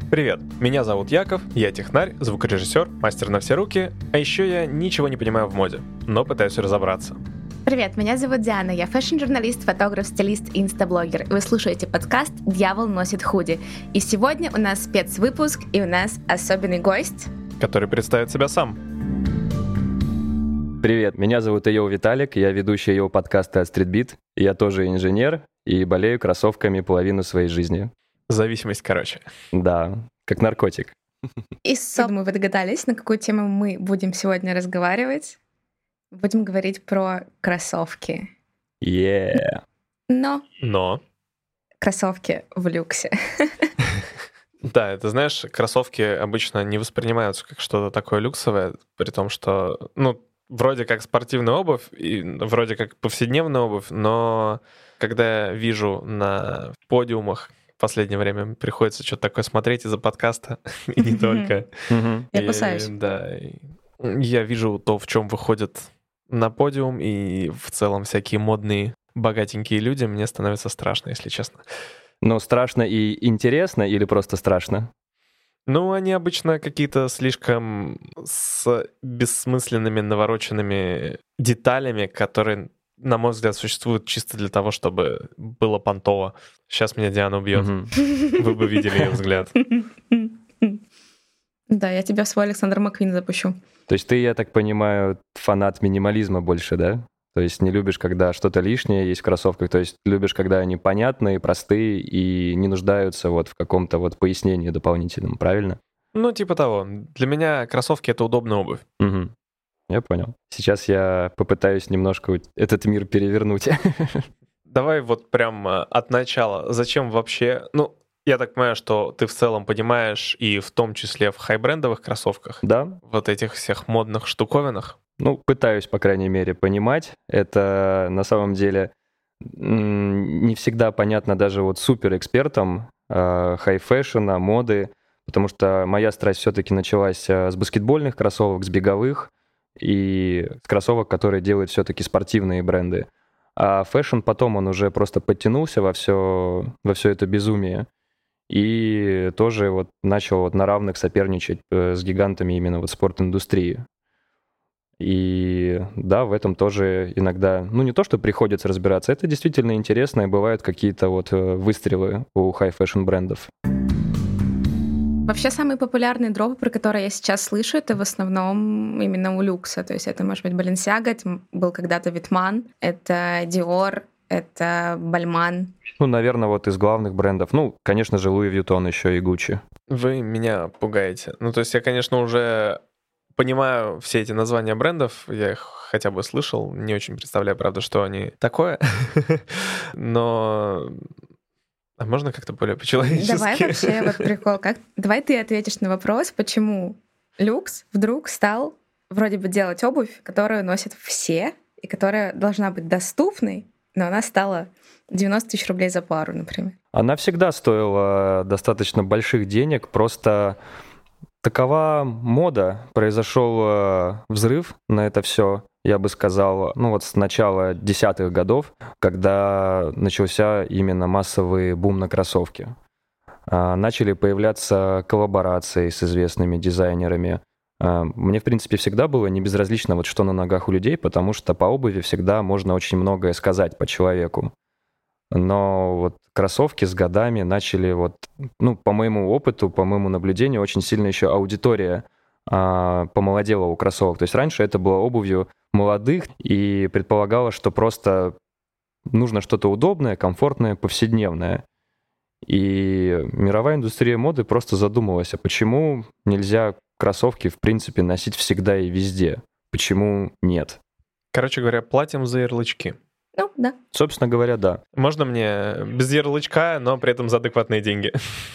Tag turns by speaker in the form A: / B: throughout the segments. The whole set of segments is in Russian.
A: Привет, меня зовут Яков, я технарь, звукорежиссер, мастер на все руки, а еще я ничего не понимаю в моде, но пытаюсь разобраться.
B: Привет, меня зовут Диана, я фэшн-журналист, фотограф, стилист и инстаблогер. Вы слушаете подкаст «Дьявол носит худи». И сегодня у нас спецвыпуск, и у нас особенный гость,
A: который представит себя сам.
C: Привет, меня зовут Йоу Виталик, я ведущий Йоу подкаста Streetbeat. Я тоже инженер и болею кроссовками половину своей жизни.
A: Зависимость, короче.
C: Да, как наркотик.
B: И, думаю, вы догадались, на какую тему мы будем сегодня разговаривать. Будем говорить про кроссовки. Но кроссовки в люксе.
A: Да, это, знаешь, кроссовки обычно не воспринимаются как что-то такое люксовое, при том, что, вроде как спортивная обувь и вроде как повседневная обувь, но когда я вижу на подиумах, в последнее время приходится что-то такое смотреть из-за подкаста, и не только.
B: Я кусаюсь.
A: Да, я вижу то, в чем выходят на подиум, и в целом всякие модные, богатенькие люди, мне становится страшно, если честно.
C: Но страшно и интересно или просто страшно?
A: Они обычно какие-то слишком с бессмысленными, навороченными деталями, которые, на мой взгляд, существуют чисто для того, чтобы было понтово. Сейчас меня Диана убьет. Вы бы видели ее взгляд.
B: Да, я тебя в свой Александр Маквин запущу.
C: То есть ты, я так понимаю, фанат минимализма больше, да? То есть не любишь, когда что-то лишнее есть в кроссовках, то есть любишь, когда они понятные, простые и не нуждаются в каком-то пояснении дополнительном, правильно?
A: Типа того. Для меня кроссовки — это удобная обувь.
C: Угу. Я понял. Сейчас я попытаюсь немножко этот мир перевернуть.
A: Давай прям от начала. Зачем вообще... Я так понимаю, что ты в целом понимаешь, и в том числе в хай-брендовых кроссовках,
C: да,
A: этих всех модных штуковинах.
C: Пытаюсь, по крайней мере, понимать. Это на самом деле не всегда понятно даже суперэкспертам хай-фэшена, моды, потому что моя страсть все-таки началась с баскетбольных кроссовок, с беговых и с кроссовок, которые делают все-таки спортивные бренды. А фэшн потом он уже просто подтянулся во все это безумие и тоже начал на равных соперничать с гигантами именно спорт-индустрии. И да, в этом тоже иногда, не то, что приходится разбираться, это действительно интересно, и бывают какие-то выстрелы у хай-фэшн брендов.
B: Вообще самые популярные дропы, про которые я сейчас слышу, это в основном именно у люкса. То есть это может быть Balenciaga, это был когда-то Витман, это Dior, это Balmain.
C: Наверное, из главных брендов. Конечно же, Louis Vuitton еще и Gucci.
A: Вы меня пугаете. То есть я, конечно, уже понимаю все эти названия брендов, я их хотя бы слышал, не очень представляю, правда, что они такое, но... А можно как-то более по-человечески?
B: Давай вообще прикол. Давай ты ответишь на вопрос, почему люкс вдруг стал вроде бы делать обувь, которую носят все, и которая должна быть доступной, но она стала 90 тысяч рублей за пару, например.
C: Она всегда стоила достаточно больших денег, просто такова мода. Произошел взрыв на это все, я бы сказал, с начала 10-х годов, когда начался именно массовый бум на кроссовки. Начали появляться коллаборации с известными дизайнерами. Мне, в принципе, всегда было не безразлично, что на ногах у людей, потому что по обуви всегда можно очень многое сказать по человеку. Но кроссовки с годами начали, по моему опыту, по моему наблюдению, очень сильно еще аудитория помолодела у кроссовок. То есть раньше это было обувью молодых и предполагалось, что просто нужно что-то удобное, комфортное, повседневное. И мировая индустрия моды просто задумалась, а почему нельзя кроссовки, в принципе, носить всегда и везде? Почему нет?
A: Короче говоря, платим за ярлычки.
B: Да.
C: Собственно говоря, да.
A: Можно мне без ярлычка, но при этом за адекватные деньги?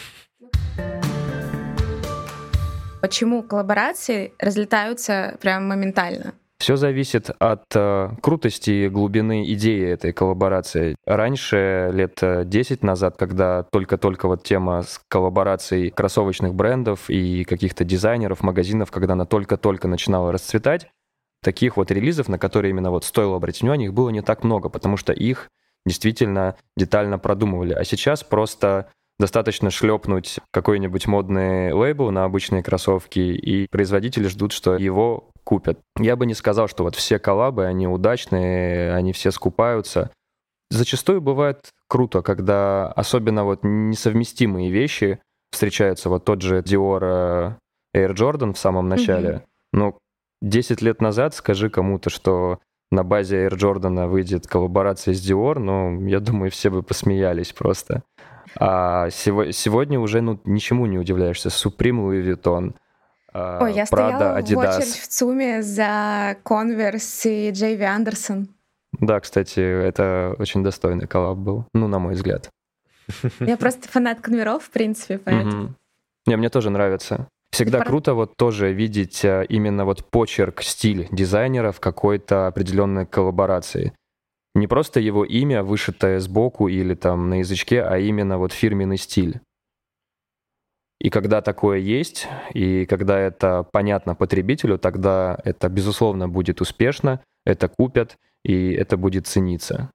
B: Почему коллаборации разлетаются прям моментально?
C: Все зависит от крутости и глубины идеи этой коллаборации. Раньше, лет 10 назад, когда только-только тема с коллаборацией кроссовочных брендов и каких-то дизайнеров, магазинов, когда она только-только начинала расцветать, таких релизов, на которые именно стоило обратить внимание, их было не так много, потому что их действительно детально продумывали. А сейчас просто Достаточно шлепнуть какой-нибудь модный лейбл на обычные кроссовки, и производители ждут, что его купят. Я бы не сказал, что вот все коллабы, они удачные, они все скупаются. Зачастую бывает круто, когда особенно вот несовместимые вещи встречаются. Вот тот же Dior Air Jordan в самом начале. Но 10 лет назад скажи кому-то, что на базе Air Jordan выйдет коллаборация с Dior, ну, я думаю, все бы посмеялись просто. А сегодня уже ничему не удивляешься. Supreme, Louis Vuitton,
B: Ой, я
C: Prada,
B: стояла
C: Adidas.
B: в очередь в ЦУМе за Converse и Джейви Андерсон.
C: Да, кстати, это очень достойный коллаб был, ну, на мой взгляд.
B: Я просто фанат конверов, в принципе, поэтому...
C: Не, мне тоже нравится. Всегда круто вот тоже видеть именно вот почерк, стиль дизайнера в какой-то определенной коллаборации. Не просто его имя, вышитое сбоку или там на язычке, а именно вот фирменный стиль. И когда такое есть, и когда это понятно потребителю, тогда это, безусловно, будет успешно, это купят, и это будет цениться.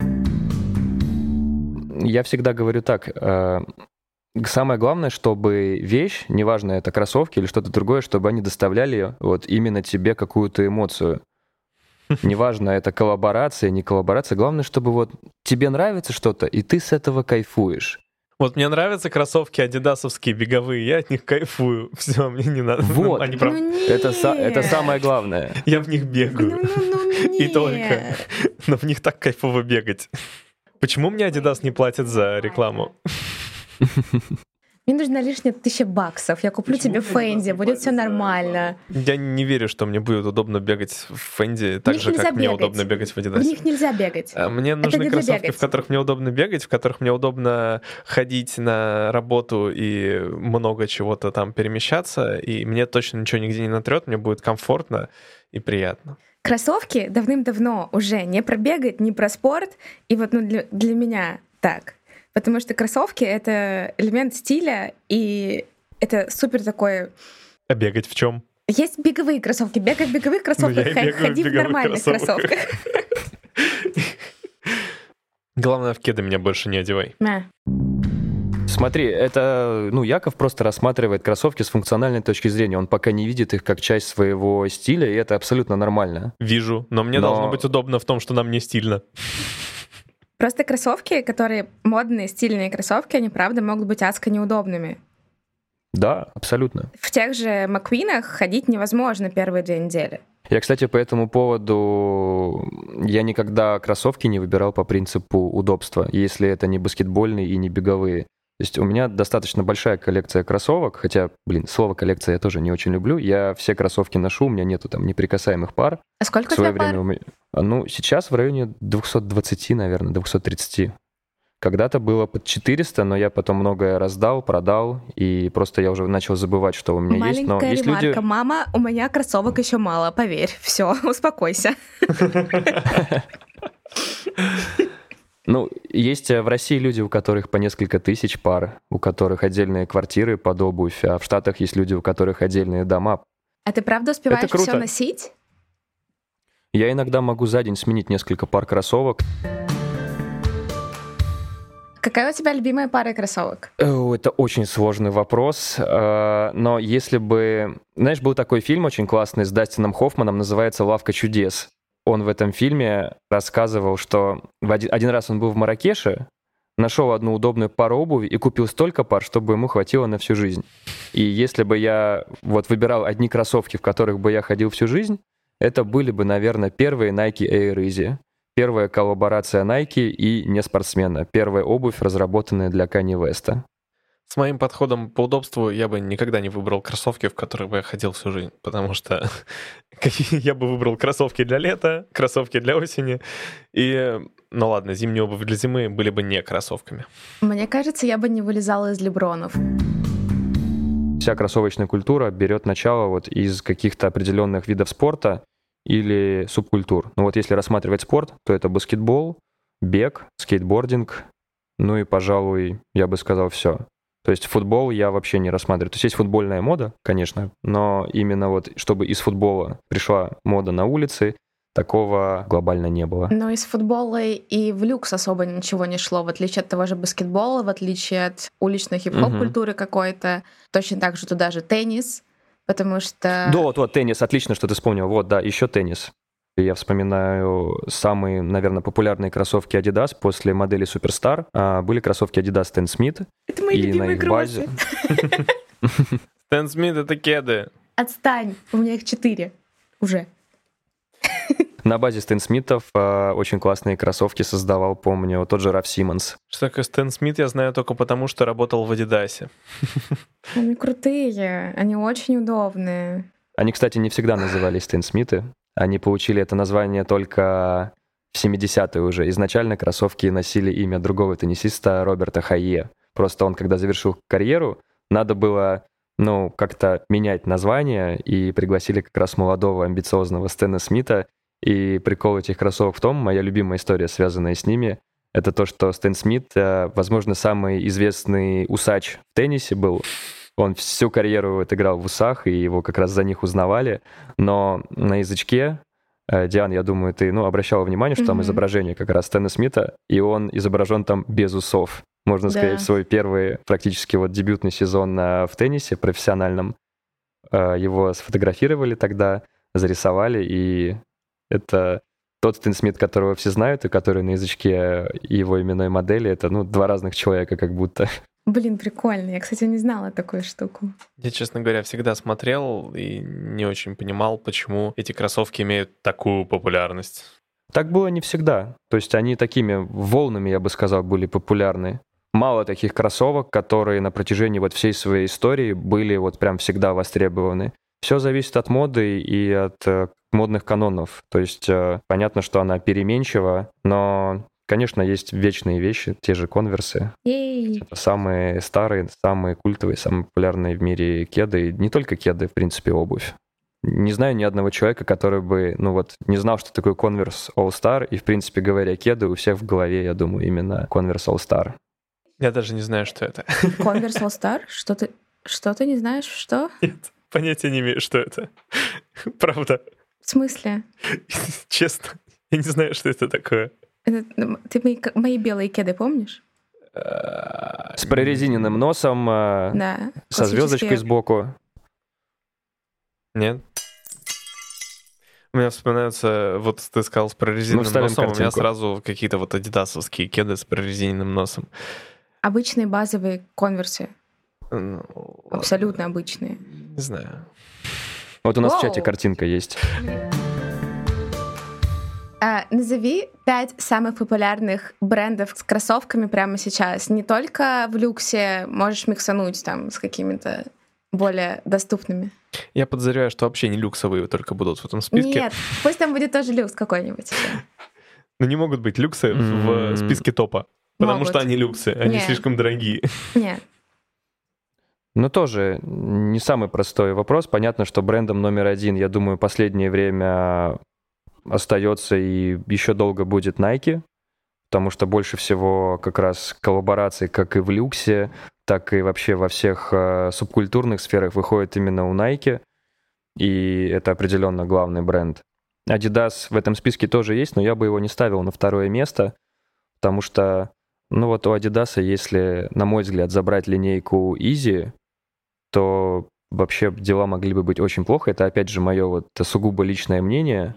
C: Я всегда говорю так, самое главное, чтобы вещь, неважно, это кроссовки или что-то другое, чтобы они доставляли вот именно тебе какую-то эмоцию. Неважно, это коллаборация, не коллаборация. Главное, чтобы вот тебе нравится что-то, и ты с этого кайфуешь.
A: Вот мне нравятся кроссовки адидасовские беговые, я от них кайфую. Все, мне не надо.
C: Вот,
A: Они прям...
C: это самое главное.
A: Я в них бегаю. И только. Но в них так кайфово бегать. Почему мне Adidas не платит за рекламу?
B: Мне нужно лишние $1000. Я куплю тебе Фенди, будет все нормально.
A: Я не верю, что мне будет удобно бегать в Фенди так же, как мне удобно бегать в Adidas.
B: В них нельзя бегать.
A: Мне нужны кроссовки, в которых мне удобно бегать, в которых мне удобно ходить на работу и много чего-то там перемещаться, и мне точно ничего нигде не натрет, мне будет комфортно и приятно.
B: Кроссовки давным-давно уже не про бегать, не про спорт, и вот для меня так. Потому что кроссовки — это элемент стиля, и это супер такой...
A: А бегать в чем?
B: Есть беговые кроссовки. Бегай в беговых кроссовках, ходи в нормальных кроссовках.
A: Главное, в кеды меня больше не одевай.
C: Смотри, это, Яков просто рассматривает кроссовки с функциональной точки зрения. Он пока не видит их как часть своего стиля, и это абсолютно нормально.
A: Вижу, но мне должно быть удобно в том, что нам не стильно.
B: Просто кроссовки, которые модные, стильные кроссовки, они, правда, могут быть адско неудобными.
C: Да, абсолютно.
B: В тех же Маквинах ходить невозможно первые 2 недели.
C: Я, кстати, по этому поводу, я никогда кроссовки не выбирал по принципу удобства, если это не баскетбольные и не беговые. То есть у меня достаточно большая коллекция кроссовок, хотя, слово коллекция я тоже не очень люблю. Я все кроссовки ношу, у меня нету там неприкасаемых пар.
B: А сколько у тебя пар?
C: Сейчас в районе 220, наверное, 230. Когда-то было под 400, но я потом многое раздал, продал, и просто я уже начал забывать, что у меня есть. Но есть
B: ремарка.
C: Люди...
B: Мама, у меня кроссовок еще мало, поверь. Все, успокойся.
C: Есть в России люди, у которых по несколько тысяч пар, у которых отдельные квартиры под обувь, а в Штатах есть люди, у которых отдельные дома.
B: А ты правда успеваешь все носить?
C: Я иногда могу за день сменить несколько пар кроссовок.
B: Какая у тебя любимая пара кроссовок?
C: Это очень сложный вопрос, но если бы... Знаешь, был такой фильм очень классный с Дастином Хоффманом, называется «Лавка чудес». Он в этом фильме рассказывал, что один раз он был в Марракеше, нашел одну удобную пару обуви и купил столько пар, чтобы ему хватило на всю жизнь. И если бы я выбирал одни кроссовки, в которых бы я ходил всю жизнь, это были бы, наверное, первые Nike Air Easy. Первая коллаборация Nike и не спортсмена. Первая обувь, разработанная для Канье Уэста.
A: С моим подходом по удобству я бы никогда не выбрал кроссовки, в которых бы я ходил всю жизнь, потому что я бы выбрал кроссовки для лета, кроссовки для осени, и, ладно, зимнюю обувь для зимы были бы не кроссовками.
B: Мне кажется, я бы не вылезала из лебронов.
C: Вся кроссовочная культура берет начало из каких-то определенных видов спорта или субкультур. Если рассматривать спорт, то это баскетбол, бег, скейтбординг, и, пожалуй, я бы сказал, все. То есть футбол я вообще не рассматриваю. То есть футбольная мода, конечно, но именно чтобы из футбола пришла мода на улице, такого глобально не было.
B: Но из футбола и в люкс особо ничего не шло, в отличие от того же баскетбола, в отличие от уличной хип-хоп-культуры какой-то. Точно так же туда же теннис, потому что...
C: Да, вот, теннис, отлично, что ты вспомнил. Вот, да, еще теннис. Я вспоминаю самые, наверное, популярные кроссовки Adidas после модели Superstar. Были кроссовки Adidas Stan Smith.
B: Это мои любимые кроссы.
A: Stan Smith — это кеды.
B: Отстань, у меня их 4 уже.
C: На базе Стэн Смитов очень классные кроссовки создавал, помню, тот же Раф Симмонс.
A: Что такое Стэн Смит, я знаю только потому, что работал в Адидасе.
B: Они крутые, они очень удобные.
C: Они, кстати, не всегда назывались Стэн Смиты. Они получили это название только в 70-е уже. Изначально кроссовки носили имя другого теннисиста Роберта Хайе. Просто он, когда завершил карьеру, надо было, как-то менять название, и пригласили как раз молодого амбициозного Стэна Смита. И прикол этих кроссовок в том, моя любимая история, связанная с ними, это то, что Стэн Смит, возможно, самый известный усач в теннисе был. Он всю карьеру отыграл в усах, и его как раз за них узнавали. Но на язычке, Диан, я думаю, ты обращала внимание, что там изображение как раз Стэна Смита, и он изображен там без усов. Можно сказать, в свой первый практически дебютный сезон в теннисе профессиональном его сфотографировали тогда, зарисовали, и это тот Стэн Смит, которого все знают, и который на язычке его именной модели, это, два разных человека как будто.
B: Блин, прикольно. Я, кстати, не знала такую штуку.
A: Я, честно говоря, всегда смотрел и не очень понимал, почему эти кроссовки имеют такую популярность.
C: Так было не всегда. То есть они такими волнами, я бы сказал, были популярны. Мало таких кроссовок, которые на протяжении всей своей истории были прям всегда востребованы. Все зависит от моды и от модных канонов. То есть понятно, что она переменчива, но, конечно, есть вечные вещи, те же конверсы. Это самые старые, самые культовые, самые популярные в мире кеды. И не только кеды, в принципе, обувь. Не знаю ни одного человека, который бы, не знал, что такое Converse All Star, и, в принципе, говоря кеды, у всех в голове, я думаю, именно Converse All Star.
A: Я даже не знаю, что это.
B: Converse All Star? Что ты не знаешь, что?
A: Нет, понятия не имею, что это. Правда.
B: В смысле?
A: Честно, я не знаю, что это такое.
B: Ты мои белые кеды помнишь?
C: С прорезиненным носом,
B: да,
C: со звездочкой сбоку.
A: Нет. У меня вспоминаются, ты сказал с прорезиненным носом, картинку. У меня сразу какие-то адидасовские кеды с прорезиненным носом.
B: Обычные базовые конверсы. Абсолютно обычные.
A: Не знаю.
C: У нас в чате картинка есть.
B: Назови 5 самых популярных брендов с кроссовками прямо сейчас. Не только в люксе, можешь миксануть там с какими-то более доступными.
A: Я подозреваю, что вообще не люксовые только будут в этом списке.
B: Нет, пусть там будет тоже люкс какой-нибудь.
A: Но не могут быть люксы в списке топа, потому что они люксы, они слишком дорогие.
B: Нет.
C: Тоже не самый простой вопрос. Понятно, что брендом номер 1, я думаю, последнее время остается и еще долго будет Nike, потому что больше всего как раз коллабораций как и в люксе, так и вообще во всех субкультурных сферах выходит именно у Nike, и это определенно главный бренд. Adidas в этом списке тоже есть, но я бы его не ставил на второе место, потому что, у Adidas, если, на мой взгляд, забрать линейку Easy, то вообще дела могли бы быть очень плохо. Это, опять же, мое сугубо личное мнение.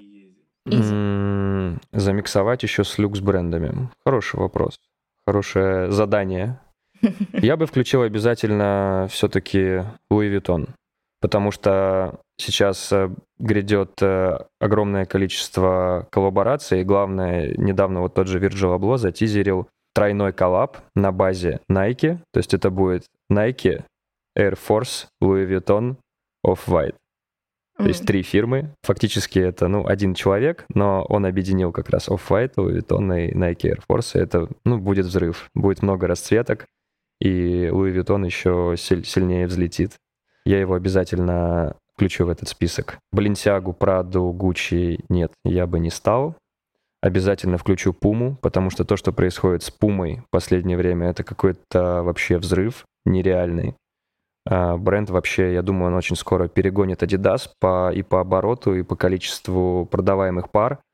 C: Замиксовать еще с люкс-брендами. Хороший вопрос. Хорошее задание. Я бы включил обязательно все-таки Louis Vuitton, потому что сейчас грядет огромное количество коллабораций, и главное, недавно тот же Virgil Abloh затизерил тройной коллаб на базе Nike, то есть это будет Nike, Air Force, Louis Vuitton, Off-White. То есть 3 фирмы. Фактически это, один человек, но он объединил как раз Off-White, Louis Vuitton и Nike Air Force. И это, будет взрыв. Будет много расцветок, и Louis Vuitton еще сильнее взлетит. Я его обязательно включу в этот список. Balenciaga, Prada, Gucci нет, я бы не стал. Обязательно включу Puma, потому что то, что происходит с Пумой в последнее время, это какой-то вообще взрыв нереальный. Бренд вообще, я думаю, он очень скоро перегонит Adidas и по обороту, и по количеству продаваемых пар.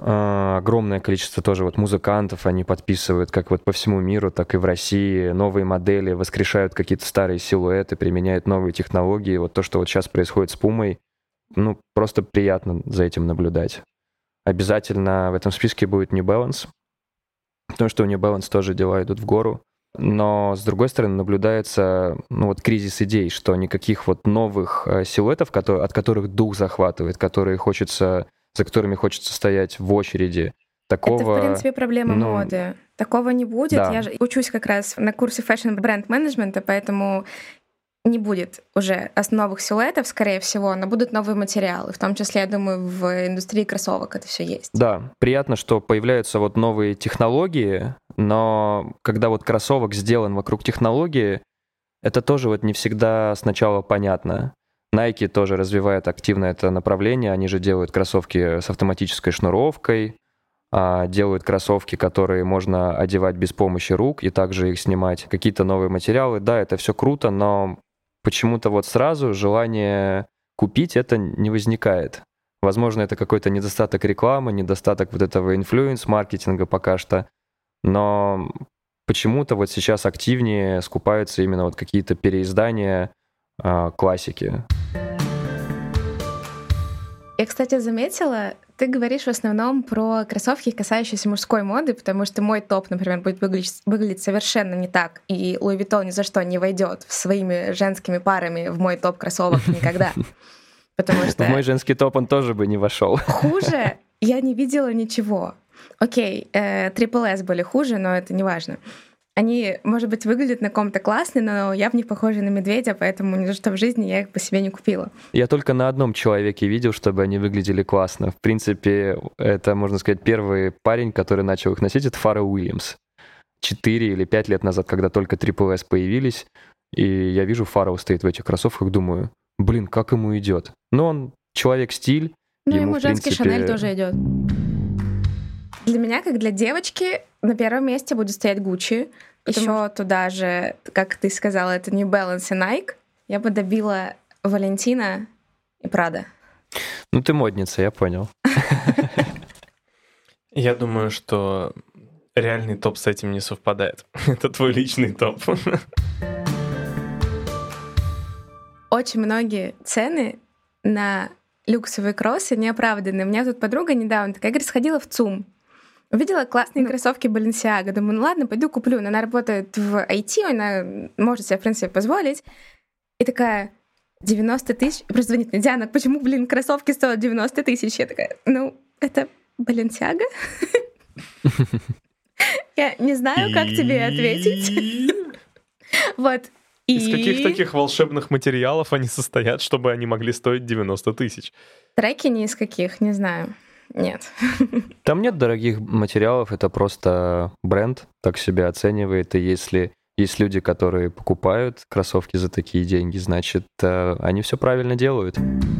C: Огромное количество тоже вот музыкантов, они подписывают как вот по всему миру, так и в России новые модели, воскрешают какие-то старые силуэты, применяют новые технологии. Вот то, что вот сейчас происходит с Пумой, ну, просто приятно за этим наблюдать. Обязательно в этом списке будет New Balance, потому что у New Balance тоже дела идут в гору. Но, с другой стороны, наблюдается ну, вот кризис идей, что никаких вот новых силуэтов, от которых дух захватывает, за которыми хочется стоять в очереди. Такого,
B: это, в принципе, проблема моды. Такого не будет. Да. Я же учусь как раз на курсе фэшн-бренд-менеджмента, поэтому не будет уже новых силуэтов, скорее всего, но будут новые материалы. В том числе, я думаю, в индустрии кроссовок это все есть.
C: Да, приятно, что появляются вот новые технологии, но когда вот кроссовок сделан вокруг технологии, это тоже вот не всегда сначала понятно. Nike тоже развивает активно это направление. Они же делают кроссовки с автоматической шнуровкой, делают кроссовки, которые можно одевать без помощи рук и также их снимать. Какие-то новые материалы. Да, это все круто, но почему-то вот сразу желание купить это не возникает. Возможно, это какой-то недостаток рекламы, недостаток вот этого инфлюенс-маркетинга пока что. Но почему-то вот сейчас активнее скупаются именно вот какие-то переиздания классики.
B: Я, кстати, заметила, ты говоришь в основном про кроссовки, касающиеся мужской моды, потому что мой топ, например, будет выглядеть совершенно не так, и Louis Vuitton ни за что не войдет своими женскими парами в мой топ кроссовок никогда. Потому что...
C: В мой женский топ он тоже бы не вошел.
B: Хуже я не видела ничего. Окей, Triple S были хуже, но это не важно. Они, может быть, выглядят на ком-то классно, но я в них похожа на медведя, поэтому ни за что в жизни я их по себе не купила.
C: Я только на одном человеке видел, чтобы они выглядели классно. В принципе, это, можно сказать, первый парень, который начал их носить, это Фаррелл Уильямс. 4 или 5 лет назад, когда только Triple S появились, и я вижу, Фаррелл стоит в этих кроссовках, думаю, блин, как ему идет. Но он человек-стиль.
B: Ну, ему женский Шанель тоже идет. Для меня, как для девочки, на первом месте будет стоять Гуччи. Еще туда же, как ты сказала, это New Balance и Nike. Я бы добила Валентина и Прада.
C: Ну, ты модница, я понял.
A: Я думаю, что реальный топ с этим не совпадает. Это твой личный топ.
B: Очень многие цены на люксовые кроссы неоправданные. У меня тут подруга недавно такая, говорит, сходила в ЦУМ. Увидела классные кроссовки Balenciaga. Думаю, ну ладно, пойду куплю. Но она работает в IT, она может себе, в принципе, позволить. И такая, 90 тысяч. Просто звонит мне, Диана, почему, кроссовки стоят 90 тысяч? Я такая, ну, это Balenciaga? Я не знаю, как тебе ответить. Вот.
A: Из каких таких волшебных материалов они состоят, чтобы они могли стоить 90 тысяч?
B: Треки ни из каких, не знаю. Нет.
C: Там нет дорогих материалов, это просто бренд так себя оценивает, и если есть люди, которые покупают кроссовки за такие деньги, значит, они все правильно делают.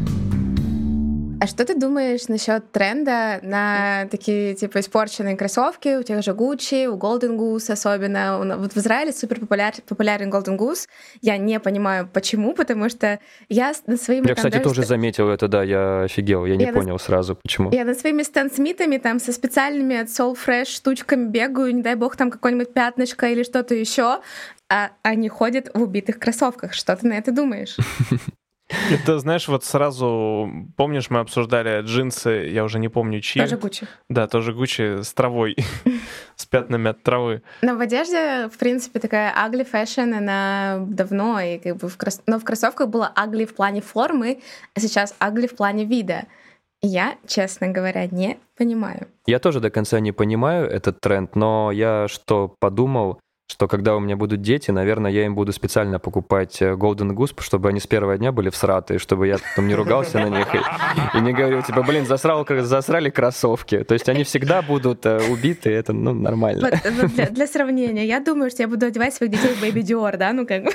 B: А что ты думаешь насчет тренда на такие, типа, испорченные кроссовки у тех же Gucci, у Golden Goose особенно? Вот в Израиле супер популярен Golden Goose. Я не понимаю, почему, потому что я на своими...
C: Я, кстати, тоже заметил это, да, я офигел, я не понял сразу, почему.
B: Я над своими Стэн Смитами там со специальными от Soul Fresh штучками бегаю, не дай бог там какое-нибудь пятнышко или что-то еще, а они ходят в убитых кроссовках. Что ты на это думаешь?
A: Это, знаешь, вот сразу, помнишь, мы обсуждали джинсы, я уже не помню, чьи.
B: Тоже Gucci.
A: Да, тоже Gucci с травой, с пятнами от травы.
B: Но в одежде, в принципе, такая ugly fashion, она давно, и как бы но в кроссовках было ugly в плане формы, а сейчас ugly в плане вида. Я, честно говоря, не понимаю.
C: Я тоже до конца не понимаю этот тренд, но я что подумал, что когда у меня будут дети, наверное, я им буду специально покупать Golden Goose, чтобы они с первого дня были всратые, чтобы я потом не ругался на них и не говорил, типа, засрали кроссовки. То есть они всегда будут убиты, это, ну, нормально.
B: Вот, для сравнения, я думаю, что я буду одевать своих детей в Baby Dior, да, ну как бы.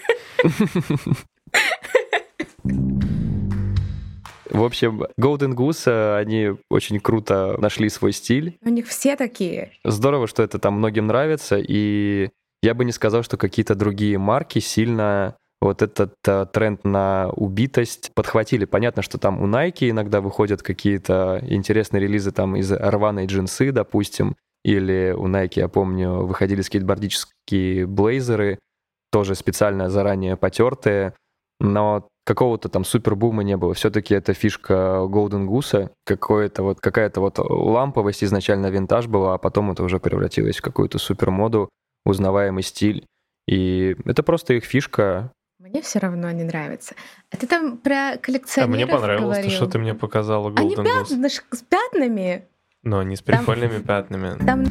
C: В общем, Golden Goose, они очень круто нашли свой стиль.
B: У них все такие.
C: Здорово, что это там многим нравится, и я бы не сказал, что какие-то другие марки сильно вот этот тренд на убитость подхватили. Понятно, что там у Nike иногда выходят какие-то интересные релизы там из рваной джинсы, допустим, или у Nike, я помню, выходили скейтбордические блейзеры, тоже специально заранее потертые, но какого-то там супербума не было. Все-таки это фишка Golden Goose, какая-то вот ламповость, изначально винтаж была, а потом это уже превратилось в какую-то супермоду, узнаваемый стиль. И это просто их фишка.
B: Мне все равно не нравится. А ты там про коллекционеров
A: мне понравилось,
B: говорил.
A: что ты мне показала Golden
B: Они
A: Goose.
B: с пятнами.
A: Но не с прикольными пятнами.
B: Там...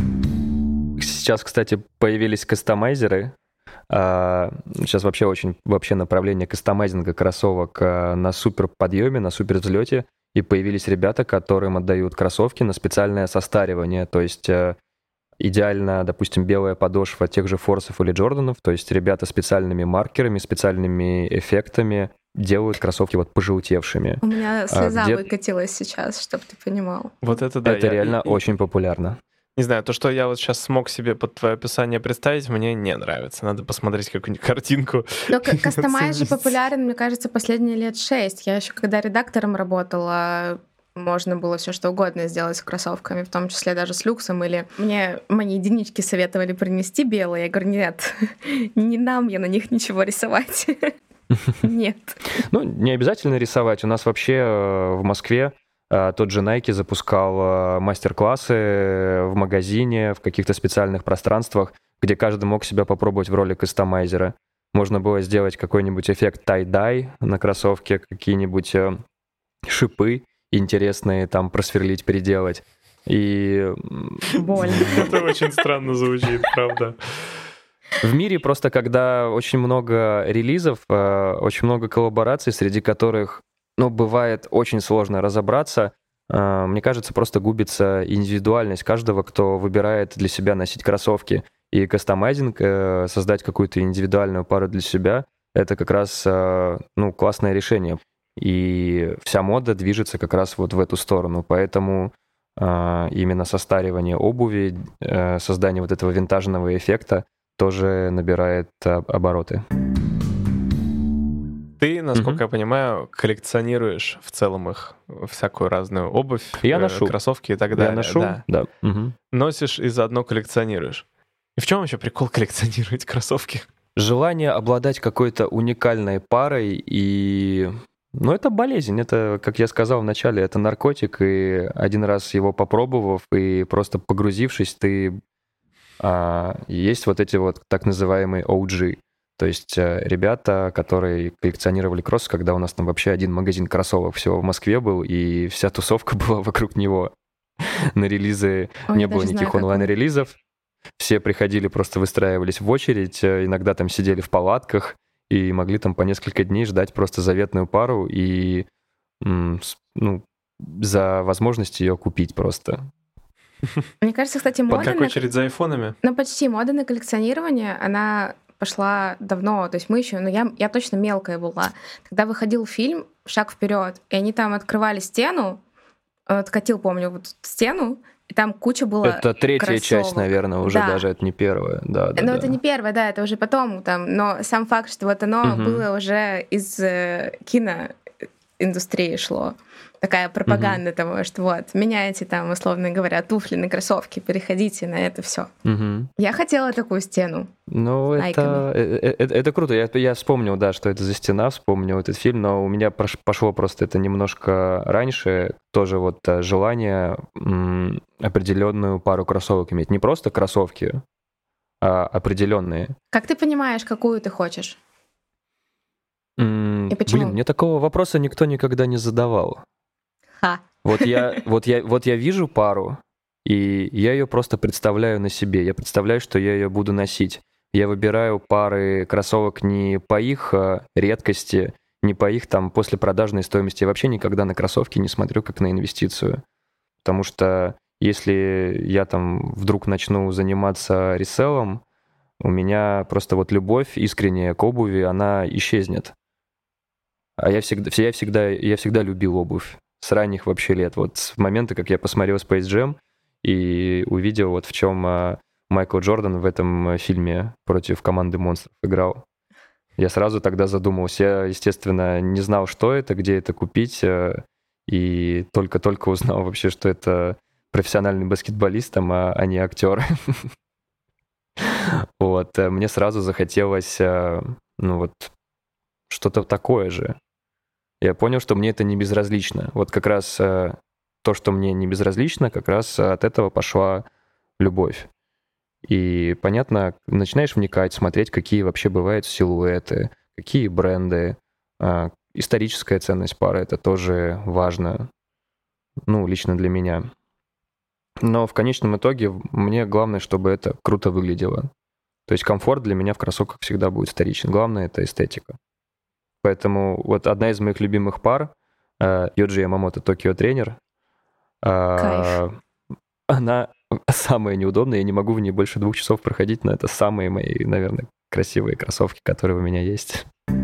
C: Сейчас, кстати, появились кастомайзеры. Сейчас вообще направление кастомайзинга кроссовок на супер подъеме, на супер взлете. И появились ребята, которым отдают кроссовки на специальное состаривание. То есть идеально, допустим, белая подошва тех же Форсов или Джорданов. То есть ребята специальными маркерами, специальными эффектами делают кроссовки вот пожелтевшими.
B: У меня слеза выкатилась сейчас, чтобы ты понимал.
A: Вот это да.
C: Это реально очень популярно.
A: Не знаю, то, что я вот сейчас смог себе под твое описание представить, мне не нравится. Надо посмотреть какую-нибудь картинку.
B: Но кастомайз же популярен, мне кажется, последние лет 6. Я еще когда редактором работала, можно было все что угодно сделать с кроссовками, в том числе даже с люксом. Или мне мои единички советовали принести белые. Я говорю, нет, не нам я на них ничего рисовать. Нет.
C: Ну, не обязательно рисовать. У нас вообще в Москве тот же Nike запускал мастер-классы в магазине, в каких-то специальных пространствах, где каждый мог себя попробовать в роли кастомайзера. Можно было сделать какой-нибудь эффект тай-дай на кроссовке, какие-нибудь шипы интересные там просверлить, переделать. И...
B: Больно.
A: Это очень странно звучит, правда.
C: В мире просто, когда очень много релизов, очень много коллабораций, среди которых, бывает очень сложно разобраться, мне кажется, просто губится индивидуальность каждого, кто выбирает для себя носить кроссовки. И кастомайзинг, создать какую-то индивидуальную пару для себя, это как раз классное решение. И вся мода движется как раз вот в эту сторону. Поэтому именно состаривание обуви, создание вот этого винтажного эффекта тоже набирает обороты.
A: Ты, насколько я понимаю, коллекционируешь в целом их, всякую разную обувь,
C: я ношу.
A: Кроссовки и так далее.
C: Я ношу, да.
A: Носишь и заодно коллекционируешь. И в чем вообще прикол коллекционировать кроссовки?
C: Желание обладать какой-то уникальной парой и... это болезнь, это, как я сказал вначале, это наркотик, и один раз его попробовав и просто погрузившись, ты... есть вот эти вот так называемые OG. То есть ребята, которые коллекционировали кроссы, когда у нас там вообще один магазин кроссовок всего в Москве был, и вся тусовка была вокруг него. На релизы не было никаких онлайн-релизов. Все приходили, просто выстраивались в очередь, иногда там сидели в палатках и могли там по несколько дней ждать просто заветную пару и за возможность ее купить просто.
B: Мне кажется, кстати, мода...
A: Как очередь за айфонами?
B: Почти. Мода на коллекционирование, она пошла давно. То есть мы еще... я точно мелкая была. Когда выходил фильм «Шаг вперед», и они там открывали стену, откатил, помню, вот стену, и там куча было
C: Это третья
B: кроссовок.
C: часть, наверное, уже даже, это не первая. Да.
B: Это не первая, да, это уже потом там. Но сам факт, что вот оно было уже из киноиндустрии шло. Такая пропаганда того, что вот, меняйте там, условно говоря, туфли на кроссовки, переходите на это все. Я хотела такую стену.
C: Это круто. Я вспомнил, да, что это за стена, вспомнил этот фильм, но у меня пошло просто это немножко раньше. Тоже вот желание определенную пару кроссовок иметь. Не просто кроссовки, а определенные.
B: Как ты понимаешь, какую ты хочешь? И почему?
C: Мне такого вопроса никто никогда не задавал. Вот я вижу пару, и я ее просто представляю на себе. Я представляю, что я ее буду носить. Я выбираю пары кроссовок не по их редкости, не по их там послепродажной стоимости. Я вообще никогда на кроссовки не смотрю как на инвестицию. Потому что если я там вдруг начну заниматься реселлом, у меня просто вот любовь искренняя к обуви, она исчезнет. А я всегда любил обувь. С ранних вообще лет. Вот с момента, как я посмотрел Space Jam и увидел, вот в чем Майкл Джордан в этом фильме против команды монстров играл. Я сразу тогда задумался. Я, естественно, не знал, что это, где это купить, и только-только узнал вообще, что это профессиональный баскетболист, а не актер. Вот, мне сразу захотелось, что-то такое же. Я понял, что мне это не безразлично. Вот как раз то, что мне не безразлично, как раз от этого пошла любовь. И, понятно, начинаешь вникать, смотреть, какие вообще бывают силуэты, какие бренды. Историческая ценность пары — это тоже важно, лично для меня. Но в конечном итоге мне главное, чтобы это круто выглядело. То есть комфорт для меня в кроссовках всегда будет вторичен. Главное — это эстетика. Поэтому вот одна из моих любимых пар, Yohji Yamamoto Tokyo Trainer, она самая неудобная, я не могу в ней больше 2 часов проходить, но это самые мои, наверное, красивые кроссовки, которые у меня есть.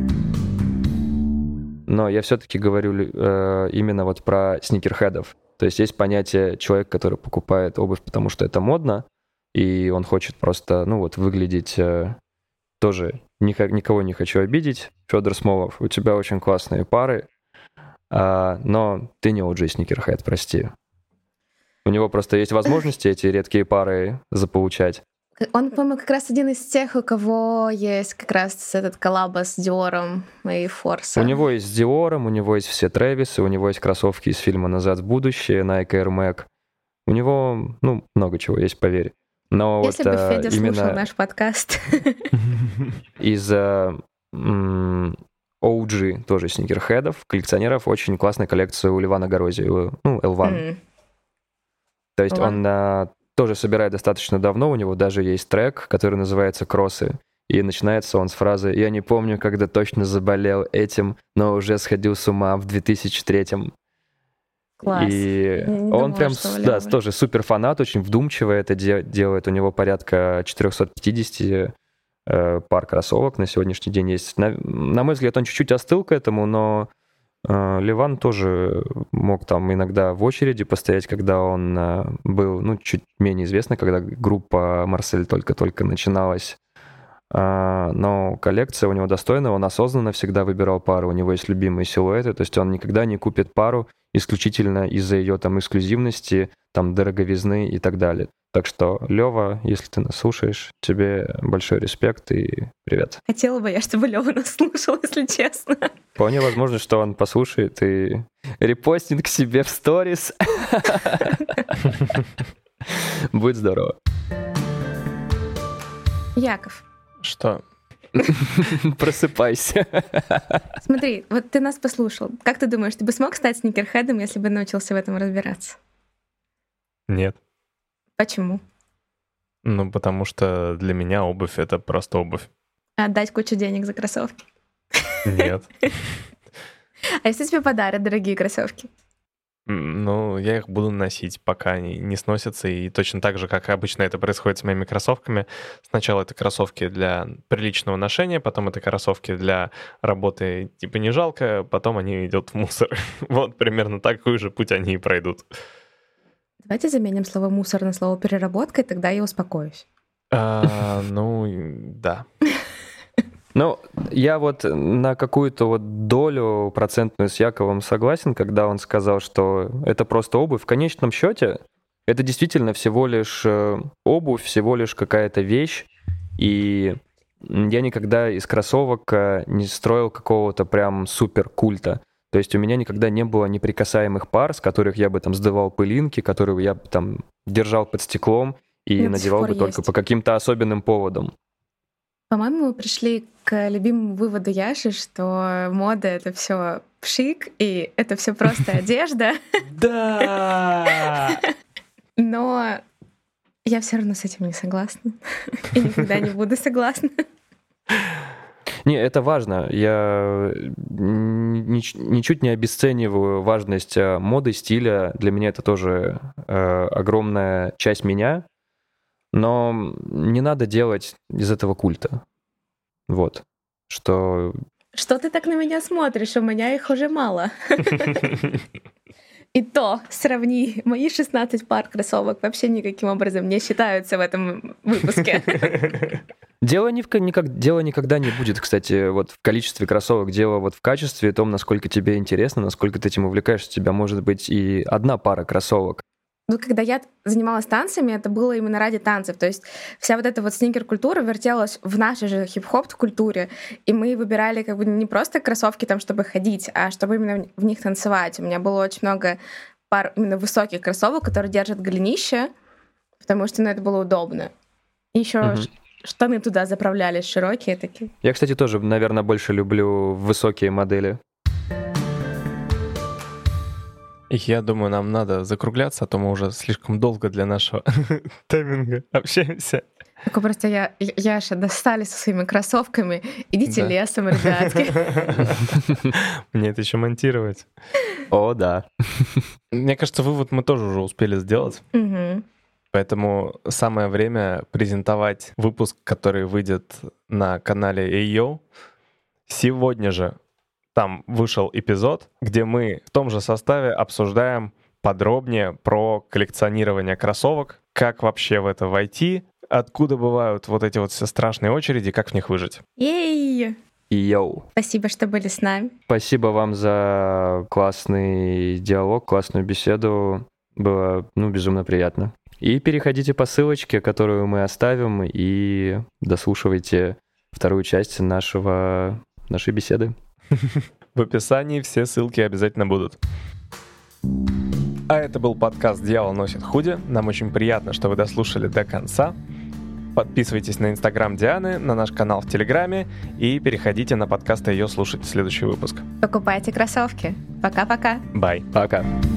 C: Но я все-таки говорю именно вот про сникерхедов. То есть есть понятие человек, который покупает обувь, потому что это модно, и он хочет просто, выглядеть тоже. Никого не хочу обидеть. Федор Смолов, у тебя очень классные пары, но ты не OG сникерхед, прости. У него просто есть возможности эти редкие пары заполучать.
B: Он, по-моему, как раз один из тех, у кого есть как раз этот коллаба с Диором и Форса.
C: У него есть с Диором, у него есть все Трэвисы, у него есть кроссовки из фильма «Назад в будущее», Nike Air Max. У него, много чего есть, поверь. Но
B: если бы Федя слушал наш подкаст.
C: Из OG тоже сникерхедов, коллекционеров, очень классная коллекция у Левана Горозии, L1. То есть он тоже собирает достаточно давно, у него даже есть трек, который называется «Кроссы». И начинается он с фразы «Я не помню, когда точно заболел этим, но уже сходил с ума в 2003-м».
B: Класс.
C: И он прям, тоже супер фанат, очень вдумчиво это делает. У него порядка 450 пар кроссовок на сегодняшний день есть. На мой взгляд, он чуть-чуть остыл к этому, но Леван тоже мог там иногда в очереди постоять, когда он был, чуть менее известный, когда группа Марсель только-только начиналась. Но коллекция у него достойная, он осознанно всегда выбирал пару, у него есть любимые силуэты, то есть он никогда не купит пару исключительно из-за ее там эксклюзивности, там дороговизны и так далее. Так что, Лева, если ты нас слушаешь, тебе большой респект и привет.
B: Хотела бы я, чтобы Лева нас слушал, если честно.
C: Вполне возможно, что он послушает и репостинг себе в сторис. Будет здорово.
B: Яков.
A: Что?
C: Просыпайся.
B: Смотри, вот ты нас послушал. Как ты думаешь, ты бы смог стать сникерхедом, если бы научился в этом разбираться?
A: Нет.
B: Почему?
A: Потому что для меня обувь — это просто обувь.
B: Отдать кучу денег за кроссовки?
A: Нет.
B: А если тебе подарят дорогие кроссовки?
A: Я их буду носить, пока они не сносятся. И точно так же, как обычно это происходит с моими кроссовками. Сначала это кроссовки для приличного ношения, потом это кроссовки для работы типа не жалко, потом они идут в мусор. Вот примерно такой же путь они и пройдут.
B: Давайте заменим слово «мусор» на слово «переработка», и тогда я успокоюсь.
A: Да.
C: Я вот на какую-то вот долю процентную с Яковом согласен, когда он сказал, что это просто обувь. В конечном счете это действительно всего лишь обувь, всего лишь какая-то вещь. И я никогда из кроссовок не строил какого-то прям супер культа. То есть у меня никогда не было неприкасаемых пар, с которых я бы там сдавал пылинки, которые я бы там держал под стеклом и надевал бы только по каким-то особенным поводам.
B: По-моему, мы пришли к любимому выводу Яши, что мода — это все пшик, и это все просто одежда.
C: Да!
B: Но я все равно с этим не согласна. И никогда не буду согласна.
C: Не, это важно. Я ничуть не обесцениваю важность моды, стиля. Для меня это тоже огромная часть меня. Но не надо делать из этого культа. Вот. Что
B: ты так на меня смотришь? У меня их уже мало. И то сравни. Мои 16 пар кроссовок вообще никаким образом не считаются в этом выпуске.
C: Дело никогда не будет, кстати, вот в количестве кроссовок. Дело вот в качестве, в том, насколько тебе интересно, насколько ты этим увлекаешься. У тебя может быть и одна пара кроссовок.
B: Ну, когда я занималась танцами, это было именно ради танцев. То есть вся вот эта вот сникер-культура вертелась в нашей же хип-хоп-культуре, и мы выбирали как бы не просто кроссовки там, чтобы ходить, а чтобы именно в них танцевать. У меня было очень много пар именно высоких кроссовок, которые держат голенище, потому что это было удобно. И еще штаны туда заправлялись широкие такие.
C: Я, кстати, тоже, наверное, больше люблю высокие модели.
A: Я думаю, нам надо закругляться, а то мы уже слишком долго для нашего тайминга общаемся.
B: Только просто Яша, достали со своими кроссовками. Идите лесом, ребятки.
A: Мне это еще монтировать.
C: О, да.
A: Мне кажется, вывод мы тоже уже успели сделать. Поэтому самое время презентовать выпуск, который выйдет на канале AYO. Сегодня же там вышел эпизод, где мы в том же составе обсуждаем подробнее про коллекционирование кроссовок, как вообще в это войти, откуда бывают вот эти вот все страшные очереди, как в них выжить.
B: Ей!
C: Йоу.
B: Спасибо, что были с нами.
C: Спасибо вам за классный диалог, классную беседу. Было, безумно приятно. И переходите по ссылочке, которую мы оставим, и дослушивайте вторую часть нашей беседы.
A: В описании все ссылки обязательно будут. А это был подкаст «Дьявол носит худи». Нам очень приятно, что вы дослушали до конца. Подписывайтесь на Инстаграм Дианы, на наш канал в Телеграме и переходите на подкаст ее слушать следующий выпуск.
B: Покупайте кроссовки. Пока-пока.
A: Бай.
C: Пока.